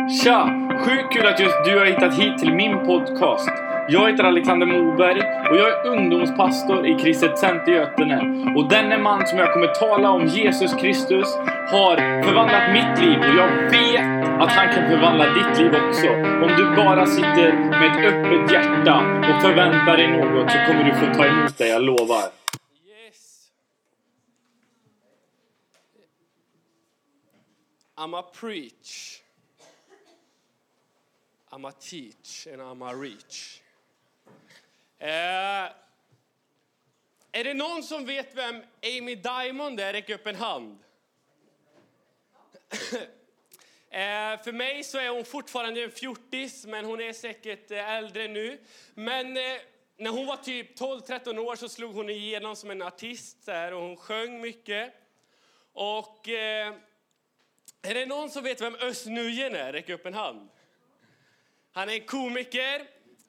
Tja! Sjukt kul att just du har hittat hit till min podcast. Jag heter Alexander Moberg och jag är ungdomspastor i Kristet Center Götene. Och denne man som jag kommer tala om, Jesus Kristus, har förvandlat mitt liv. Och jag vet att han kan förvandla ditt liv också. Om du bara sitter med ett öppet hjärta och förväntar dig något, så kommer du få ta emot det, jag lovar. Yes. I'm a preach. I'm a teach and I'm a reach. Är det någon som vet vem Amy Diamond är? Räck upp en hand. För mig så är hon fortfarande en fjortis, men hon är säkert äldre nu. Men när hon var typ 12-13 år så slog hon igenom som en artist där, och hon sjöng mycket. Och är det någon som vet vem Özz Nujen är? Räck upp en hand. Han är komiker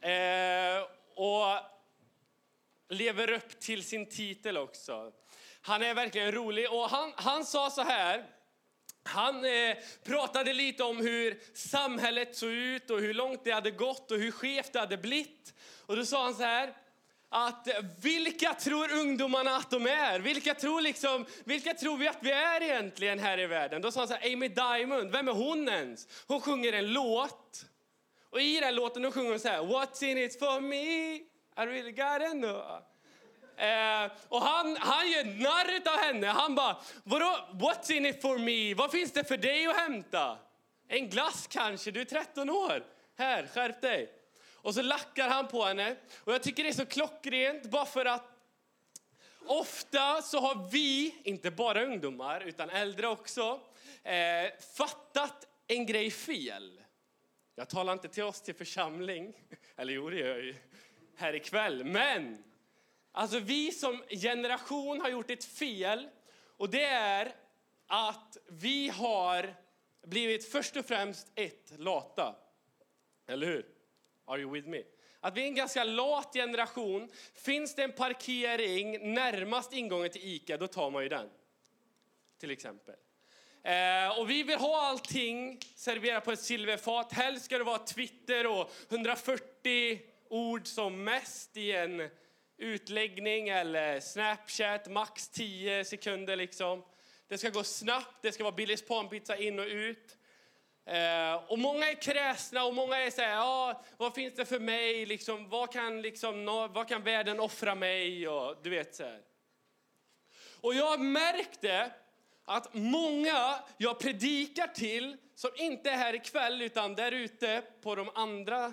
och lever upp till sin titel också. Han är verkligen rolig, och han sa så här. Han pratade lite om hur samhället såg ut och hur långt det hade gått och hur skevt det hade blivit. Och då sa han så här, att vilka tror ungdomarna att de är? Vilka tror vi att vi är egentligen här i världen? Då sa han så här, Amy Diamond, vem är hon ens? Hon sjunger en låt. Och i den låten då sjunger hon så här, what's in it for me? I really gotta know. Och han gör narret av henne. Han bara, vadå, what's in it for me? Vad finns det för dig att hämta? En glass kanske, du är 13 år. Här, skärp dig. Och så lackar han på henne. Och jag tycker det är så klockrent, bara för att ofta så har vi, inte bara ungdomar utan äldre också, fattat en grej fel. Jag talar inte till oss till församling, eller jo, det gör jag ju här ikväll. Men alltså vi som generation har gjort ett fel, och det är att vi har blivit först och främst lata. Eller hur? Are you with me? Att vi är en ganska lat generation. Finns det en parkering närmast ingången till ICA, då tar man ju den. Till exempel. Och vi vill ha allting serverat på ett silverfat. Helst ska det vara Twitter och 140 ord som mest i en utläggning. Eller Snapchat, max 10 sekunder liksom. Det ska gå snabbt, det ska vara Billys panpizza in och ut. Och många är kräsna och många är så här, vad finns det för mig? Liksom, vad kan världen offra mig? Och du vet så här. Och jag märkte att många jag predikar till, som inte är här ikväll utan där ute på de andra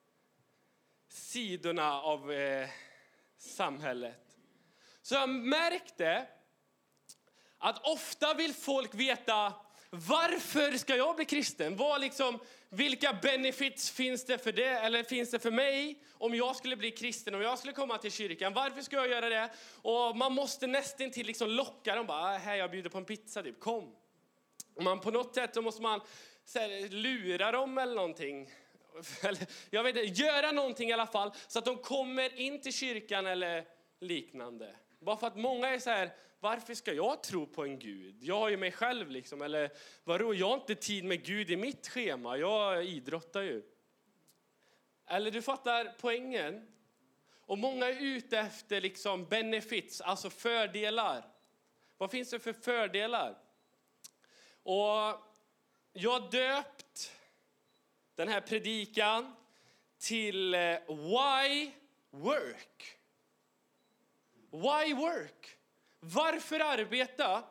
sidorna av samhället. Så jag märkte att ofta vill folk veta, varför ska jag bli kristen? Vilka benefits finns det för det? Eller finns det för mig om jag skulle bli kristen? Om jag skulle komma till kyrkan? Varför ska jag göra det? Och man måste nästan till locka dem. Bara, här, jag bjuder på en pizza, typ. Kom. Och på något sätt så måste man så här, lura dem eller någonting. Jag vet inte, göra någonting i alla fall. Så att de kommer in till kyrkan eller liknande. Bara för att många är så här, varför ska jag tro på en Gud? Jag har ju mig själv liksom. Eller vadå, jag har inte tid med Gud i mitt schema. Jag idrottar ju. Eller du fattar poängen. Och många är ute efter liksom benefits, alltså fördelar. Vad finns det för fördelar? Och jag har döpt den här predikan till Why Work? Why work? Varför arbeta?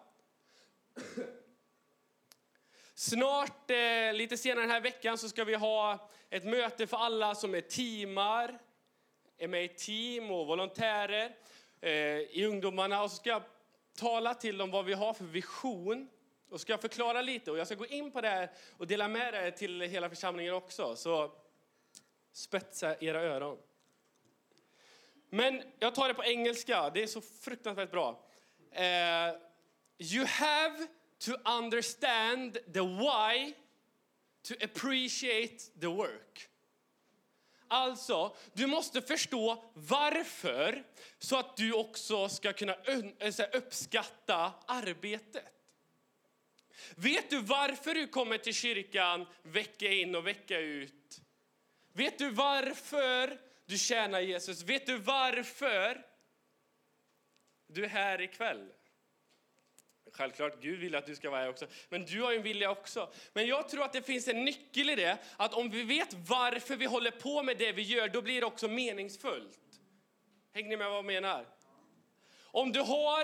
Snart, lite senare den här veckan, så ska vi ha ett möte för alla som är teamar, är med i team och volontärer i ungdomarna. Och så ska jag tala till dem vad vi har för vision. Och ska jag förklara lite, och jag ska gå in på det här och dela med det till hela församlingen också. Så spetsa era öron. Men jag tar det på engelska, det är så fruktansvärt bra. You have to understand the why to appreciate the work. Alltså, du måste förstå varför, så att du också ska kunna uppskatta arbetet. Vet du varför du kommer till kyrkan vecka in och vecka ut? Vet du varför du tjänar Jesus? Vet du varför du är här ikväll? Självklart, Gud vill att du ska vara här också. Men du har ju en vilja också. Men jag tror att det finns en nyckel i det. Att om vi vet varför vi håller på med det vi gör, då blir det också meningsfullt. Hänger ni med vad jag menar? Om du har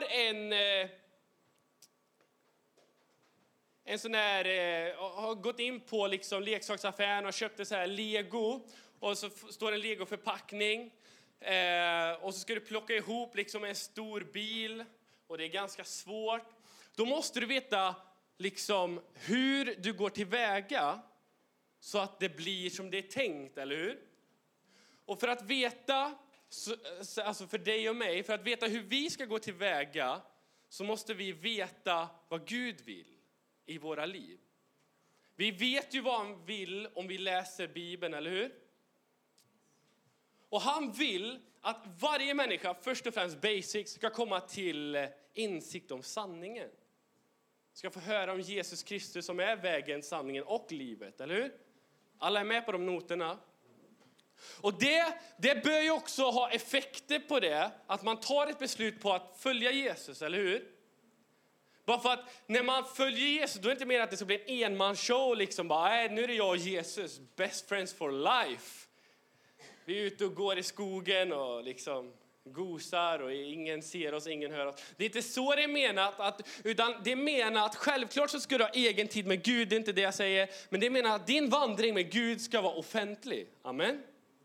en sån här, har gått in på liksom leksaksaffären och köpt så här Lego. Och så står en Lego-förpackning. Och så ska du plocka ihop liksom en stor bil. Och det är ganska svårt. Då måste du veta liksom hur du går tillväga så att det blir som det är tänkt, eller hur? Och för att veta, alltså för dig och mig, för att veta hur vi ska gå tillväga så måste vi veta vad Gud vill i våra liv. Vi vet ju vad han vill om vi läser Bibeln, eller hur? Och han vill att varje människa, först och främst basics, ska komma till insikt om sanningen. Ska få höra om Jesus Kristus som är vägen, sanningen och livet, eller hur? Alla är med på de noterna. Och det bör ju också ha effekter på det, att man tar ett beslut på att följa Jesus, eller hur? Bara för att när man följer Jesus, då är det inte mer att det ska bli en enmansshow liksom. Bara, nu är det jag och Jesus, best friends for life. Vi är ute och går i skogen och liksom gosar och ingen ser oss, ingen hör oss. Det är inte så det är menat, utan det är menat att självklart så ska du ha egen tid med Gud, det är inte det jag säger. Men det är menat att din vandring med Gud ska vara offentlig. Amen.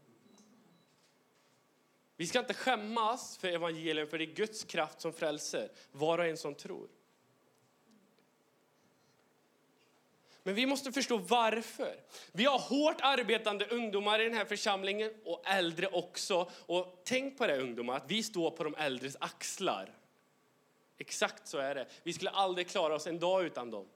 Vi ska inte skämmas för evangelium, för det är Guds kraft som frälser var och en som tror. Men vi måste förstå varför. Vi har hårt arbetande ungdomar i den här församlingen och äldre också. Och tänk på det, ungdomar, att vi står på de äldres axlar. Exakt så är det. Vi skulle aldrig klara oss en dag utan dem.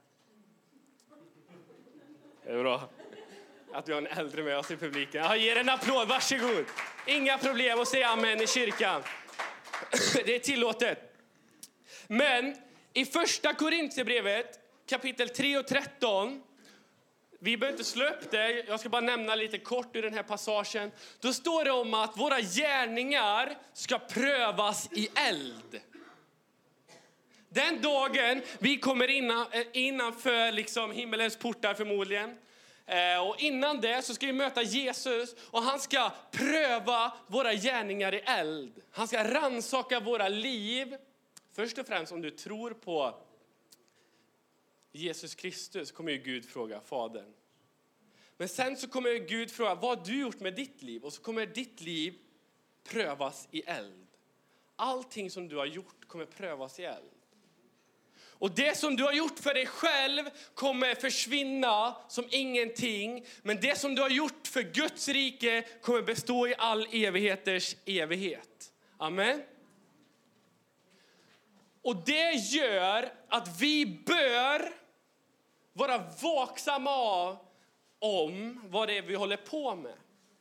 Det är bra att vi har en äldre med oss i publiken. Jag ger en applåd, varsågod. Inga problem att säga amen i kyrkan. Det är tillåtet. Men i första Korinthierbrevet kapitel 3 och 13, vi behöver inte slå upp det, jag ska bara nämna lite kort ur den här passagen. Då står det om att våra gärningar ska prövas i eld. Den dagen vi kommer innanför liksom himmelens portar förmodligen. Och innan det så ska vi möta Jesus och han ska pröva våra gärningar i eld. Han ska rannsaka våra liv. Först och främst om du tror på Jesus Kristus kommer ju Gud fråga Fadern. Men sen så kommer Gud fråga, vad har du gjort med ditt liv? Och så kommer ditt liv prövas i eld. Allting som du har gjort kommer prövas i eld. Och det som du har gjort för dig själv kommer försvinna som ingenting. Men det som du har gjort för Guds rike kommer bestå i all evigheters evighet. Amen. Och det gör att vi bör vara vaksamma om vad det är vi håller på med.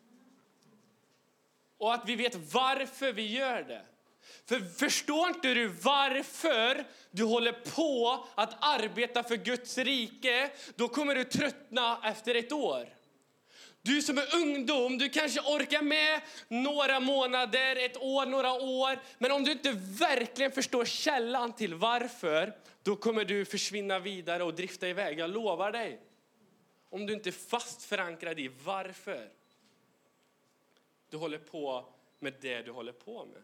Och att vi vet varför vi gör det. För förstår inte du varför du håller på att arbeta för Guds rike, då kommer du tröttna efter ett år. Du som är ungdom, du kanske orkar med några månader, ett år, några år. Men om du inte verkligen förstår källan till varför, då kommer du försvinna vidare och drifta iväg. Jag lovar dig. Om du inte är fast förankrad i varför du håller på med det du håller på med.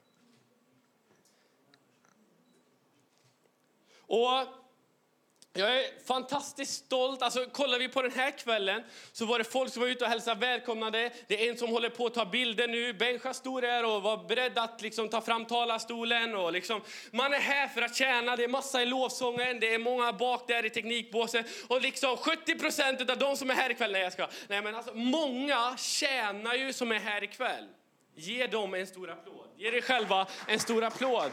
Och jag är fantastiskt stolt. Alltså, kollar vi på den här kvällen så var det folk som var ute och hälsade välkomnade. Det är en som håller på att ta bilder nu. Benja stod där och var beredd att liksom ta fram talarstolen. Och liksom, man är här för att tjäna. Det är massa i lovsången. Det är många bak där i teknikbåsen. Och liksom 70% av de som är här ikväll. Nej, men alltså, många tjänar ju som är här ikväll. Ge dem en stor applåd. Ge dig själva en stor applåd.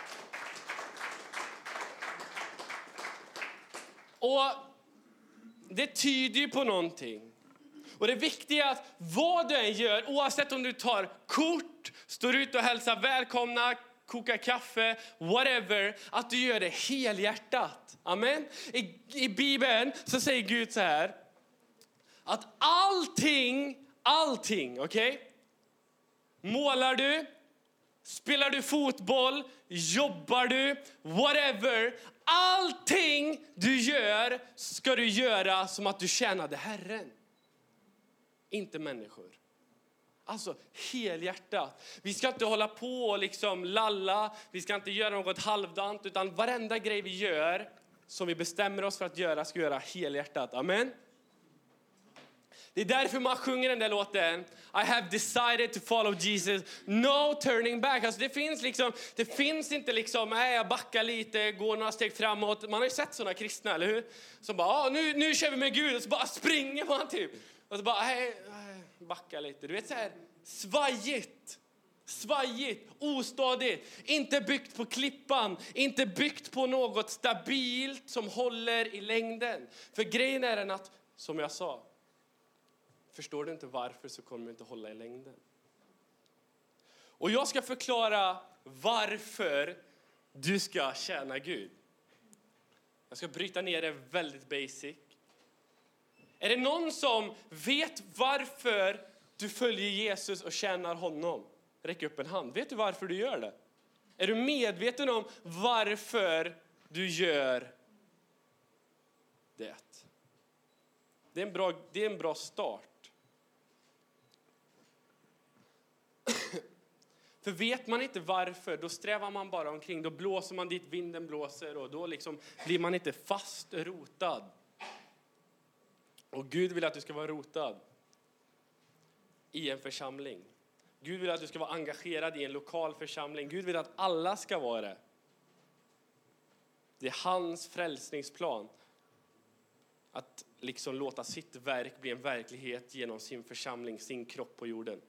Och det tyder ju på någonting. Och det viktiga är att vad du än gör, oavsett om du tar kort, står ut och hälsar välkomna, koka kaffe, whatever, att du gör det helhjärtat. Amen. I Bibeln så säger Gud så här, att allting, okej? Målar du, spelar du fotboll, jobbar du, whatever, allting du gör ska du göra som att du tjänade Herren. Inte människor. Alltså helhjärtat. Vi ska inte hålla på och liksom lalla. Vi ska inte göra något halvdant. Utan varenda grej vi gör som vi bestämmer oss för att göra ska vi göra helhjärtat. Amen. Det är därför man sjunger den där låten. I have decided to follow Jesus. No turning back. Alltså det finns inte liksom, jag backar lite, går några steg framåt. Man har ju sett sådana kristna, eller hur? Som bara, nu kör vi med Gud. Och så bara springer man typ. Och så bara, backa lite. Du vet så här, svajigt, ostadigt. Inte byggt på klippan. Inte byggt på något stabilt som håller i längden. För grejen är den att, som jag sa, förstår du inte varför så kommer du inte hålla i längden. Och jag ska förklara varför du ska tjäna Gud. Jag ska bryta ner det väldigt basic. Är det någon som vet varför du följer Jesus och tjänar honom? Räck upp en hand. Vet du varför du gör det? Är du medveten om varför du gör det? Det är en bra start. För vet man inte varför, då strävar man bara omkring. Då blåser man dit vinden blåser och då liksom blir man inte fast rotad. Och Gud vill att du ska vara rotad i en församling. Gud vill att du ska vara engagerad i en lokal församling. Gud vill att alla ska vara det. Det är hans frälsningsplan. Att liksom låta sitt verk bli en verklighet genom sin församling, sin kropp på jorden.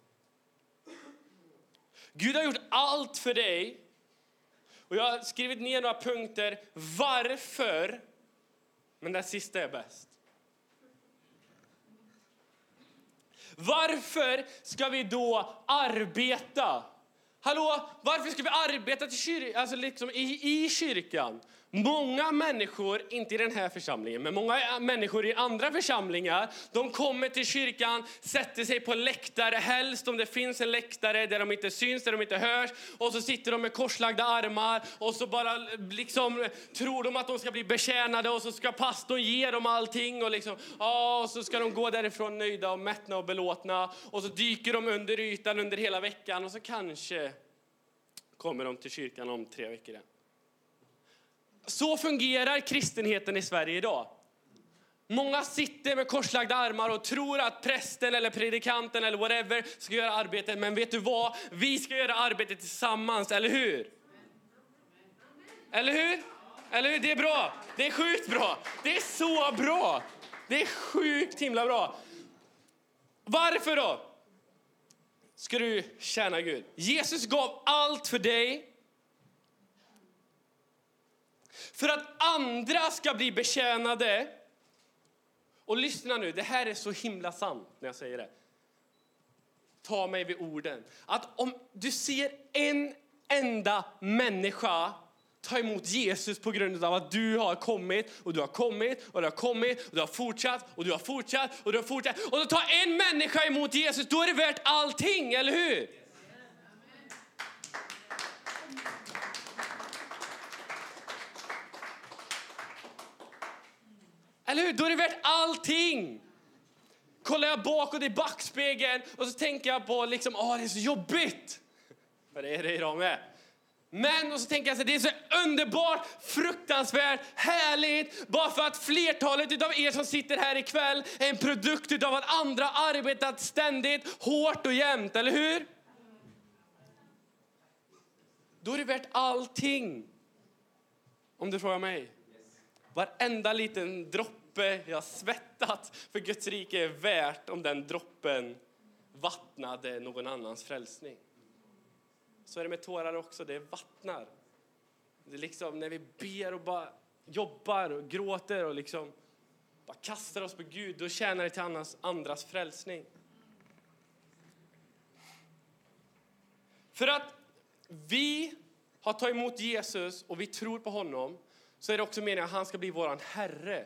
Gud har gjort allt för dig. Och jag har skrivit ner några punkter. Varför? Men den sista är bäst. Varför ska vi då arbeta? Hallå, varför ska vi arbeta i kyrkan? Många människor, inte i den här församlingen, men många människor i andra församlingar, de kommer till kyrkan, sätter sig på läktare, helst om det finns en läktare där de inte syns, där de inte hörs, och så sitter de med korslagda armar och så bara liksom tror de att de ska bli betjänade och så ska pastorn ge dem allting och liksom, och så ska de gå därifrån nöjda och mättna och belåtna och så dyker de under ytan under hela veckan och så kanske kommer de till kyrkan om 3 veckor igen. Så fungerar kristenheten i Sverige idag. Många sitter med korslagda armar och tror att prästen eller predikanten eller whatever ska göra arbetet. Men vet du vad? Vi ska göra arbetet tillsammans, eller hur? Eller hur? Eller hur? Det är bra. Det är sjukt bra. Det är så bra. Det är sjukt himla bra. Varför då ska du tjäna Gud? Jesus gav allt för dig. För att andra ska bli betjänade. Och lyssna nu, det här är så himla sant när jag säger det. Ta mig vid orden. Att om du ser en enda människa ta emot Jesus på grund av att du har kommit och du har kommit och du har kommit och du har fortsatt och du har fortsatt och du har fortsatt. Och då tar en människa emot Jesus, då är det värt allting, eller hur? Eller hur? Då är det värt allting. Kollar jag bakåt i backspegeln och så tänker jag på liksom, det är så jobbigt. För det är det idag med. Men och så tänker jag så det är så underbart, fruktansvärt, härligt. Bara för att flertalet utav er som sitter här ikväll är en produkt utav att andra arbetat ständigt, hårt och jämnt, eller hur? Då är det värt allting. Om du frågar mig. Varenda liten droppe jag svettat för Guds rike är värt om den droppen vattnade någon annans frälsning. Så är det med tårar också, det vattnar. Det är liksom när vi ber och bara jobbar och gråter och liksom bara kastar oss på Gud, då tjänar det till andras frälsning. För att vi har tagit emot Jesus och vi tror på honom, så är det också meningen att han ska bli våran Herre.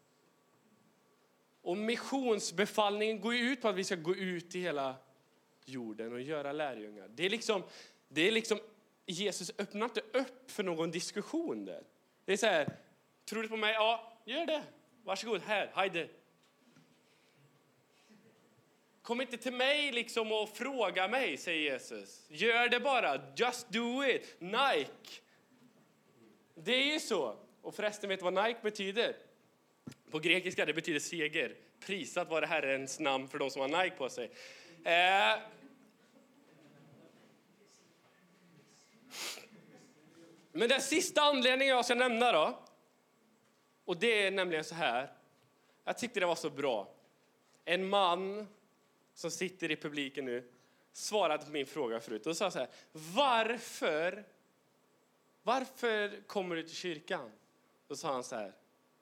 Och missionsbefallningen går ut på att vi ska gå ut i hela jorden och göra lärjungar. Det är liksom Jesus öppnar inte upp för någon diskussion där. Det är så här, tror du på mig? Ja, gör det. Varsågod, här, hejde. Kom inte till mig liksom och fråga mig, säger Jesus. Gör det bara, just do it. Nike. Det är ju så. Och förresten, vet du vad Nike betyder? På grekiska, det betyder seger. Prisat var det Herrens namn för de som har Nike på sig. Men den sista anledningen jag ska nämna då. Och det är nämligen så här. Jag tyckte det var så bra. En man som sitter i publiken nu svarade på min fråga förut. Och sa så här. Varför kommer du till kyrkan? Då sa han så här.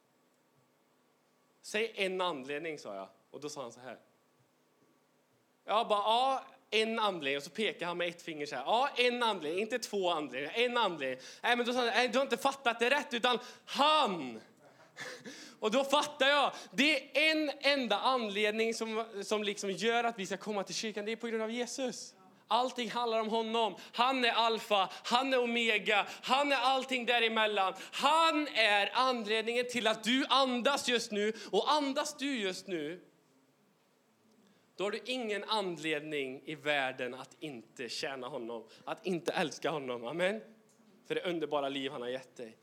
Säg en anledning, sa jag. Och då sa han så här. Jag bara, ja, en anledning. Och så pekar han med ett finger så här. Ja, en anledning. Inte två anledningar. En anledning. Nej, men då sa han, nej, du har inte fattat det rätt. Utan han. Och då fattar jag. Det är en enda anledning som liksom gör att vi ska komma till kyrkan. Det är på grund av Jesus. Allting handlar om honom. Han är alfa, han är omega, han är allting däremellan. Han är anledningen till att du andas just nu. Och andas du just nu, då har du ingen anledning i världen att inte tjäna honom. Att inte älska honom. Amen. För det underbara liv han har gett dig.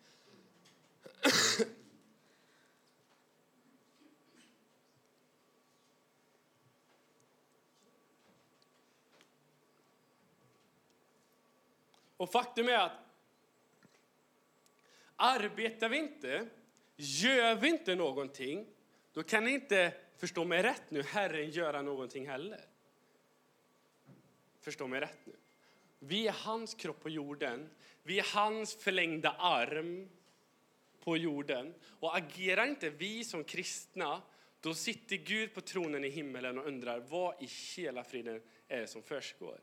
Och faktum är att arbetar vi inte, gör vi inte någonting, då kan ni inte, förstå mig rätt nu, Herren göra någonting heller. Förstå mig rätt nu. Vi är hans kropp på jorden. Vi är hans förlängda arm på jorden. Och agerar inte vi som kristna, då sitter Gud på tronen i himmelen och undrar vad i hela friden är det som försiggår.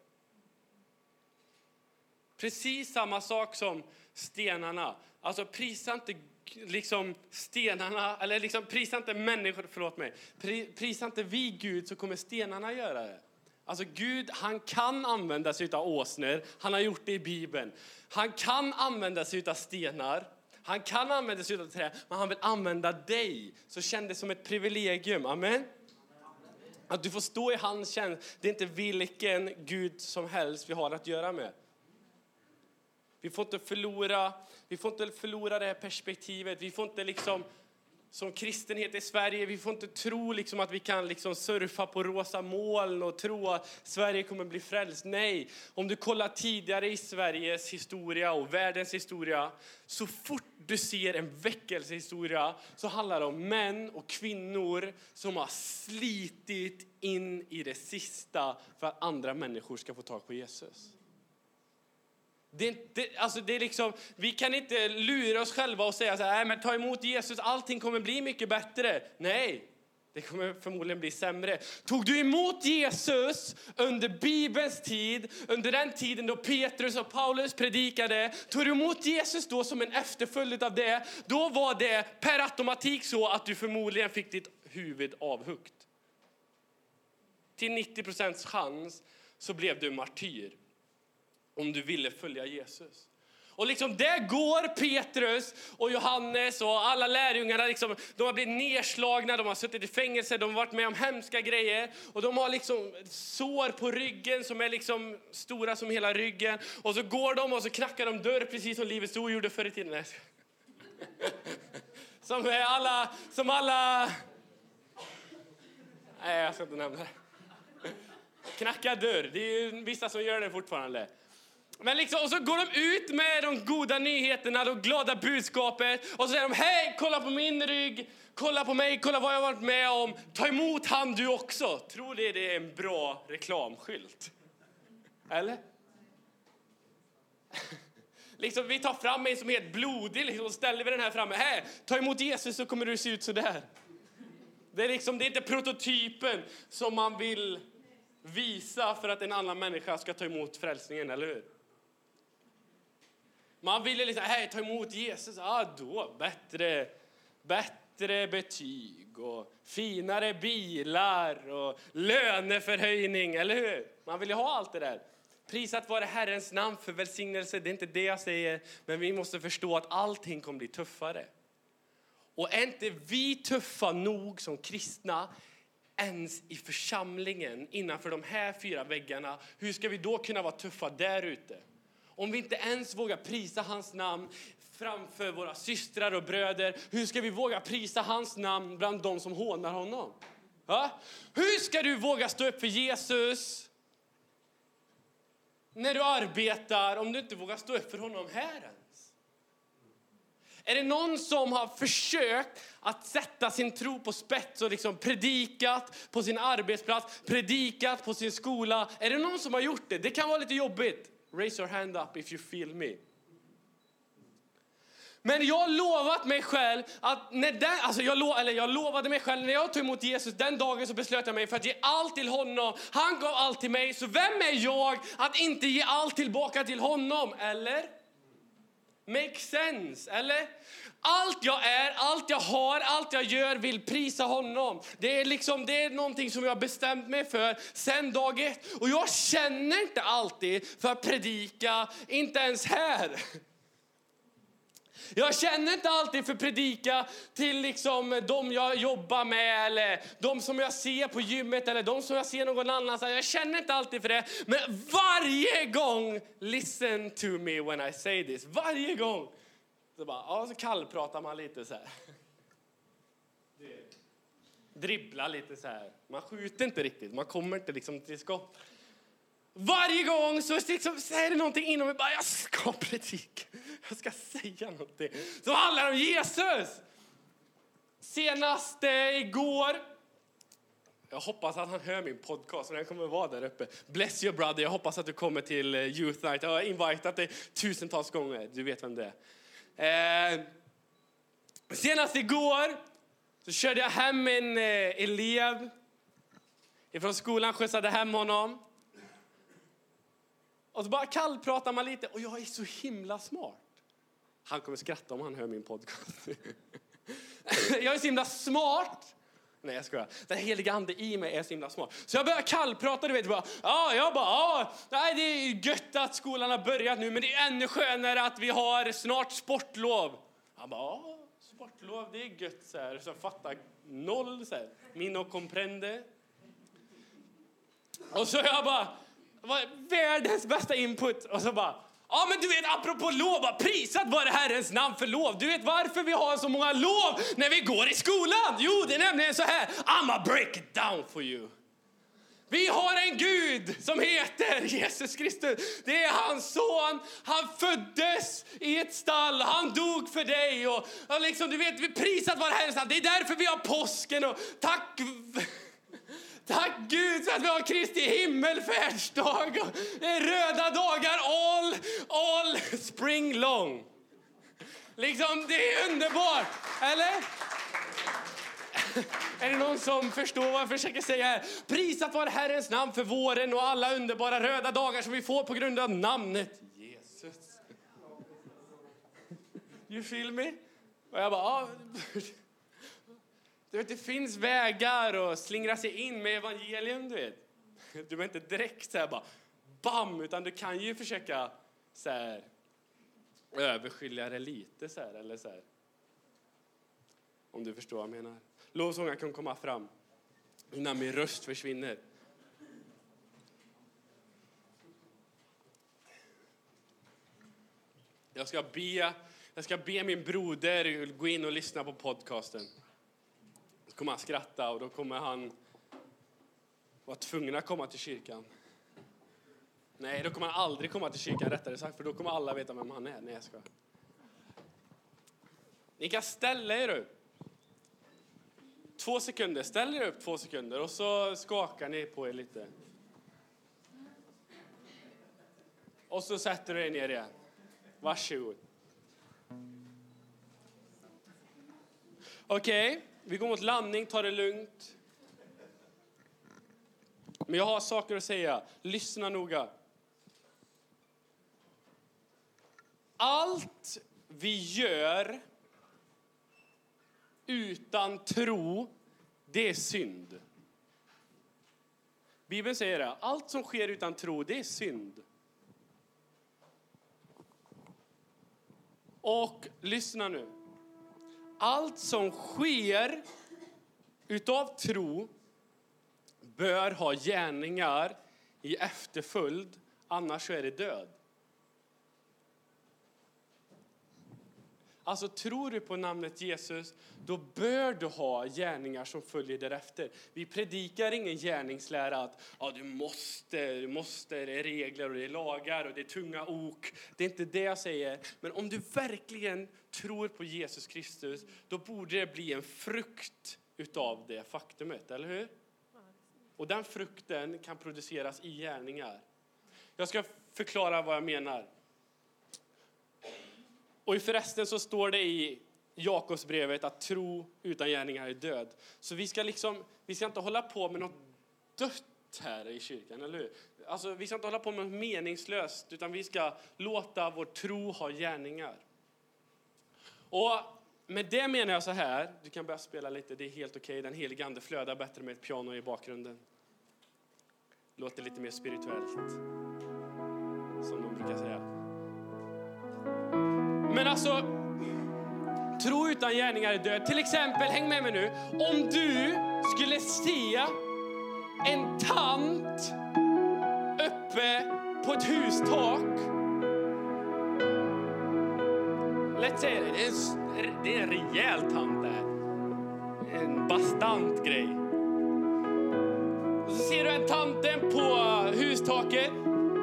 Precis samma sak som stenarna. Alltså prisa inte liksom stenarna, eller liksom prisa inte människor, förlåt mig. Prisa inte vi Gud, så kommer stenarna göra det. Alltså Gud, han kan använda sig av åsnor. Han har gjort det i Bibeln. Han kan använda sig av stenar. Han kan använda sig av trä. Men han vill använda dig. Så känn det som ett privilegium. Amen. Att du får stå i hans tjänst. Det är inte vilken Gud som helst vi har att göra med. Vi får inte förlora det här perspektivet. Vi får inte liksom, som kristenhet i Sverige, vi får inte tro liksom att vi kan liksom surfa på rosa moln och tro att Sverige kommer bli frälst. Nej, om du kollar tidigare i Sveriges historia och världens historia, så fort du ser en väckelsehistoria så handlar det om män och kvinnor som har slitit in i det sista för att andra människor ska få tag på Jesus. Det är liksom, vi kan inte lura oss själva och säga så här, nej, men ta emot Jesus, allting kommer bli mycket bättre. Nej, det kommer förmodligen bli sämre. Tog du emot Jesus under Bibelns tid, under den tiden då Petrus och Paulus predikade, tog du emot Jesus då som en efterföljd av det, då var det per automatik så att du förmodligen fick ditt huvud avhuggt. Till 90% chans så blev du martyr. Om du ville följa Jesus. Och liksom där går Petrus och Johannes och alla lärjungarna liksom, de har blivit nedslagna, de har suttit i fängelse, de har varit med om hemska grejer och de har liksom sår på ryggen som är liksom stora som hela ryggen, och så går de och så knackar de dörr precis som Livets Ord gjorde förr i tiden. Som alla nej, jag ska inte nämna det. Knacka dörr, det är ju vissa som gör det fortfarande. Men liksom, och så går de ut med de goda nyheterna, de glada budskapet. Och så säger de, hej, kolla på min rygg. Kolla på mig, kolla vad jag har varit med om. Ta emot han du också. Tror det är en bra reklamskylt? Eller? Liksom, vi tar fram en som är helt blodig liksom, och ställer vi den här framme. Hej, ta emot Jesus så kommer du se ut så där. Det är liksom, det är inte prototypen som man vill visa för att en annan människa ska ta emot frälsningen, eller hur? Man ville liksom, ta emot Jesus. Då bättre betyg och finare bilar och löneförhöjning, eller hur? Man vill ju ha allt det där. Prisat vare Herrens namn för välsignelse, det är inte det jag säger. Men vi måste förstå att allting kommer bli tuffare. Och är inte vi tuffa nog som kristna ens i församlingen innanför de här 4 väggarna, hur ska vi då kunna vara tuffa där ute? Om vi inte ens vågar prisa hans namn framför våra systrar och bröder, hur ska vi våga prisa hans namn bland de som hånar honom? Ja? Hur ska du våga stå upp för Jesus när du arbetar om du inte vågar stå upp för honom här ens? Är det någon som har försökt att sätta sin tro på spets och liksom predikat på sin arbetsplats, predikat på sin skola? Är det någon som har gjort det? Det kan vara lite jobbigt. Raise your hand up if you feel me. Men jag har lovat mig själv att jag lovade mig själv när jag tog emot Jesus den dagen, så beslöt jag mig för att ge allt till honom. Han gav allt till mig, så vem är jag att inte ge allt tillbaka till honom? Eller? Make sense, eller? Allt jag är, allt jag har, allt jag gör vill prisa honom. Det är någonting som jag har bestämt mig för sen dag 1. Och jag känner inte alltid för att predika, inte ens här. Jag känner inte alltid för predika till liksom de jag jobbar med, eller de som jag ser på gymmet, eller de som jag ser någon annanstans. Jag känner inte alltid för det. Men varje gång, listen to me when I say this. Varje gång. Så kallpratar man lite så här. Dribblar lite så här. Man skjuter inte riktigt. Man kommer inte liksom till skott. Varje gång så säger det någonting inom mig. Jag ska predika. Jag ska säga någonting. Så handlar om Jesus. Senast igår. Jag hoppas att han hör min podcast. Och den kommer att vara där uppe. Bless your brother. Jag hoppas att du kommer till Youth Night. Jag har invitat dig tusentals gånger. Du vet vem det är. Senast igår så körde jag hem en elev ifrån skolan, skjutsade hem honom. Och så bara kallpratar man lite. Och jag är så himla smart. Han kommer skratta om han hör min podcast. Jag är så himla smart. Nej, jag skojar. Den heliga ande i mig är så himla smart. Så jag börjar kallprata, du vet. Nej, det är gött att skolan har börjat nu. Men det är ännu skönare att vi har snart sportlov. Han bara, sportlov, det är gött så här. Så jag fattar noll så här. Minno comprende. Och så jag bara, världens bästa input. Och så bara, men du vet, apropå lov, prisat vare Herrens namn för lov. Du vet varför vi har så många lov när vi går i skolan? Jo, det är nämligen så här. I'ma break it down for you. Vi har en Gud som heter Jesus Kristus. Det är hans son. Han föddes i ett stall. Han dog för dig. Och liksom, du vet, vi prisat vare Herrens namn. Det är därför vi har påsken. Och tack Gud för att vi har Kristi himmelfärdsdag. Det är röda dagar all spring long. Liksom, det är underbart. Eller? Är det någon som förstår vad jag försöker säga här? Prisat vare Herrens namn för våren och alla underbara röda dagar som vi får på grund av namnet Jesus. You feel me? Och jag bara, du vet, det finns vägar att slingra sig in med evangelium, du vet. Du behöver inte direkt så här bara bam, utan du kan ju försöka så här överskilja det lite så här, eller så här. Om du förstår vad jag menar. Lovsången kan komma fram innan min röst försvinner. Jag ska be min broder gå in och lyssna på podcasten. Så kommer han skratta och då kommer han vara tvungen att komma till kyrkan. Nej, då kommer han aldrig komma till kyrkan, rättare sagt. För då kommer alla veta vem han är. Nej, jag ska. Ni kan ställa er upp. 2 sekunder. Ställ er upp 2 sekunder. Och så skakar ni på er lite. Och så sätter du er ner igen. Varsågod. Okej. Vi går mot landning, ta det lugnt. Men jag har saker att säga. Lyssna noga. allt vi gör utan tro, det är synd. Bibeln säger det. Allt som sker utan tro, det är synd. Och lyssna nu. Allt som sker utav tro bör ha gärningar i efterföljd, annars så är det död. Alltså tror du på namnet Jesus, då bör du ha gärningar som följer därefter. Vi predikar ingen gärningslära att du måste, det är regler och det är lagar och det är tunga ok. Det är inte det jag säger. Men om du verkligen tror på Jesus Kristus, då borde det bli en frukt utav det faktumet, eller hur? Och den frukten kan produceras i gärningar. Jag ska förklara vad jag menar. Och förresten så står det i Jakobsbrevet att tro utan gärningar är död. Så vi ska inte hålla på med något dött här i kyrkan, eller hur? Alltså vi ska inte hålla på med något meningslöst, utan vi ska låta vår tro ha gärningar. Och med det menar jag så här, du kan börja spela lite, det är helt okej. Den helige ande flödar bättre med ett piano i bakgrunden. Låter lite mer spirituellt, som de brukar säga. Men alltså, tro utan gärningar är död. Till exempel, häng med mig nu. Om du skulle se en tant uppe på ett hustak. Let's say det är en rejäl tant där. En bastant grej. Och så ser du en tanten på hustaket.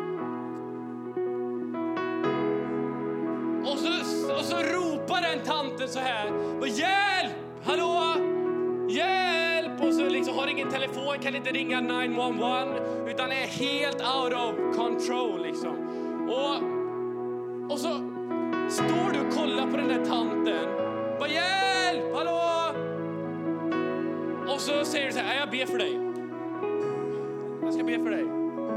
Och så ropar den tanten så här: hjälp! Hallå! Hjälp! Och så liksom har ingen telefon, kan inte ringa 911, utan är helt out of control liksom. Och så står du och kollar på den där tanten. Hjälp! Hallå! Och så säger du så här: jag ber för dig. Jag ska be för dig.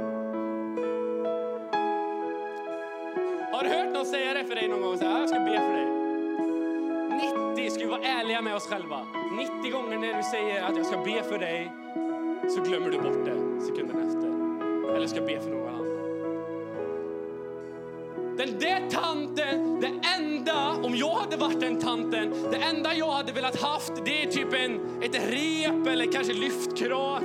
Har du hört någon säga det för dig någon gång? Så här, jag ska be för dig. 90, ska vi vara ärliga med oss själva. 90 gånger när du säger att jag ska be för dig, så glömmer du bort det sekunden efter. Eller ska be för någon annan. Den där tanten, det enda, om jag hade varit den tanten, det enda jag hade velat haft, det är typ ett rep eller kanske lyftkran.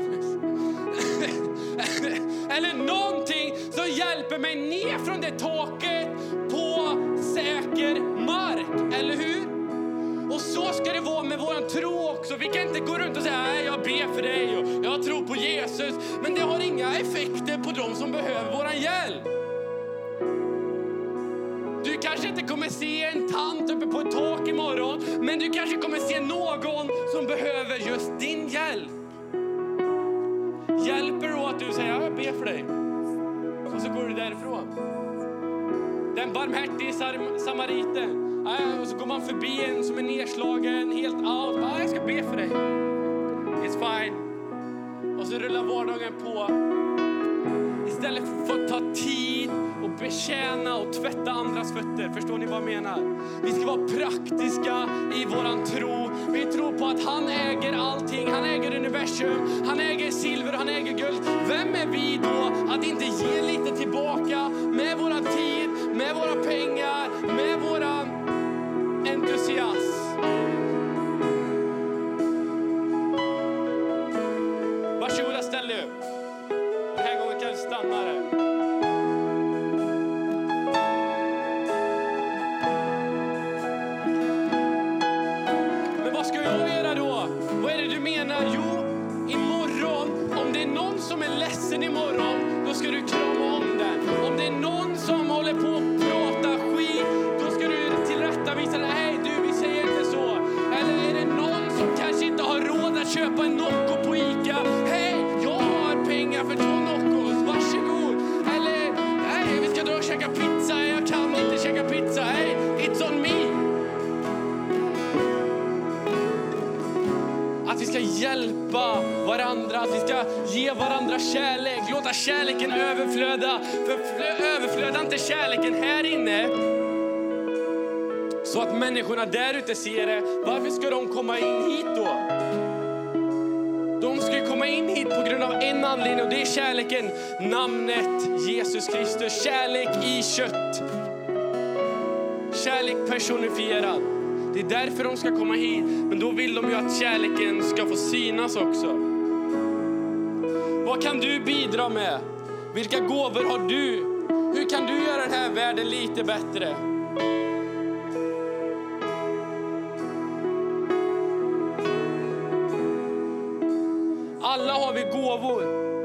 Eller någonting som hjälper mig ner från det taket på säker mark, eller hur? Och så ska det vara med våran tro också. Vi kan inte gå runt och säga: nej, jag ber för dig och jag tror på Jesus. Men det har inga effekter på dem som behöver våran hjälp. Du kanske inte kommer se en tant uppe på ett tak imorgon, men du kanske kommer se någon som behöver just din hjälp. Hjälper då att du säger: jag ber för dig, och så går du därifrån. Den barmhärtige samariten. Och så går man förbi en som är nedslagen, helt out. Jag ska be för dig. It's fine. Och så rullar vardagen på. Istället för att ta tid och betjäna och tvätta andras fötter. Förstår ni vad jag menar? Vi ska vara praktiska i våran tro. Vi tror på att han äger allting. Han äger universum. Han äger silver, han äger guld. Vem är vi då att inte ge lite tillbaka med våran tid, med våra pengar, med våran entusiasm? Varsågoda, ställ dig upp. Den här gången kan du stanna där. Men vad ska jag göra då? Vad är det du menar? Jo, imorgon, om det är någon som är ledsen imorgon, då ska du krama om den. Om det är någon som håller på att prata skit, då ska du tillrättavisa det. Hej du, vi säger inte så. Eller är det någon som kanske inte har råd att köpa en Nocco på Ica? Hej, jag har pengar för 2 Noccos, varsågod. Eller, nej, vi ska dra och käka pizza. Jag kan inte käka pizza. Hej, it's on me. Att vi ska hjälpa varandra, att vi ska ge varandra kärlek, låta kärleken överflöda. För överflöda inte kärleken här inne, Så att människorna där ute ser det. Varför ska de komma in hit då? De ska komma in hit på grund av en anledning, och det är kärleken. Namnet Jesus Kristus. Kärlek i kött. Kärlek personifierad. Det är därför de ska komma hit. Men då vill de ju att kärleken ska få synas också. Vad kan du bidra med? Vilka gåvor har du? Hur kan du göra den här världen lite bättre? Alla har vi gåvor.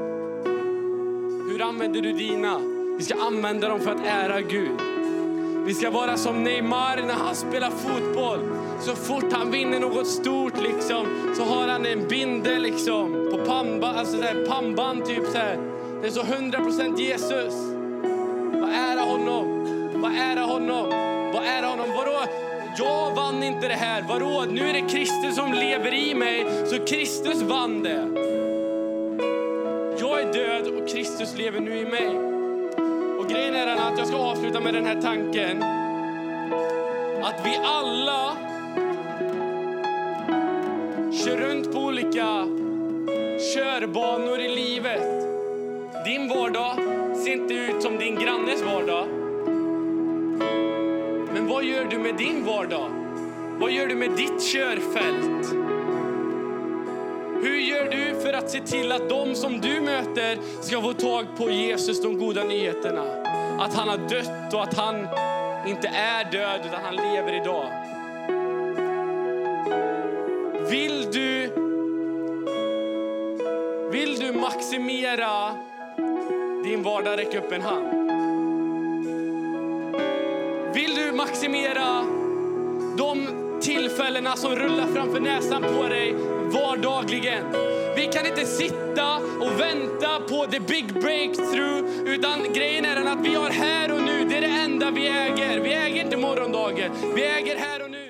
Hur använder du dina? Vi ska använda dem för att ära Gud. Vi ska vara som Neymar när han spelar fotboll. Så fort han vinner något stort liksom, så har han en bindel liksom på pannband, alltså så här, pannband typ så här. Det är så 100% Jesus. Vad ära honom? Vad ära honom? Vad ära honom? Vadå? Jag vann inte det här. Vadå? Nu är det Kristus som lever i mig, så Kristus vann det. Jag är död och Kristus lever nu i mig. Och grejen är att jag ska avsluta med den här tanken. Att vi alla kör runt på olika körbanor i livet. Din vardag ser inte ut som din grannes vardag. Men vad gör du med din vardag? Vad gör du med ditt körfält? Hur gör du för att se till att de som du möter ska få tag på Jesus, de goda nyheterna? Att han har dött och att han inte är död utan han lever idag. Vill du maximera din vardag? Räck upp en hand. Vill du maximera de tillfällena som rullar framför näsan på dig vardagligen? Vi kan inte sitta och vänta på the big breakthrough, utan grejen är den att vi har här och nu. Det är det enda vi äger. Vi äger inte morgondagen. Vi äger här och nu.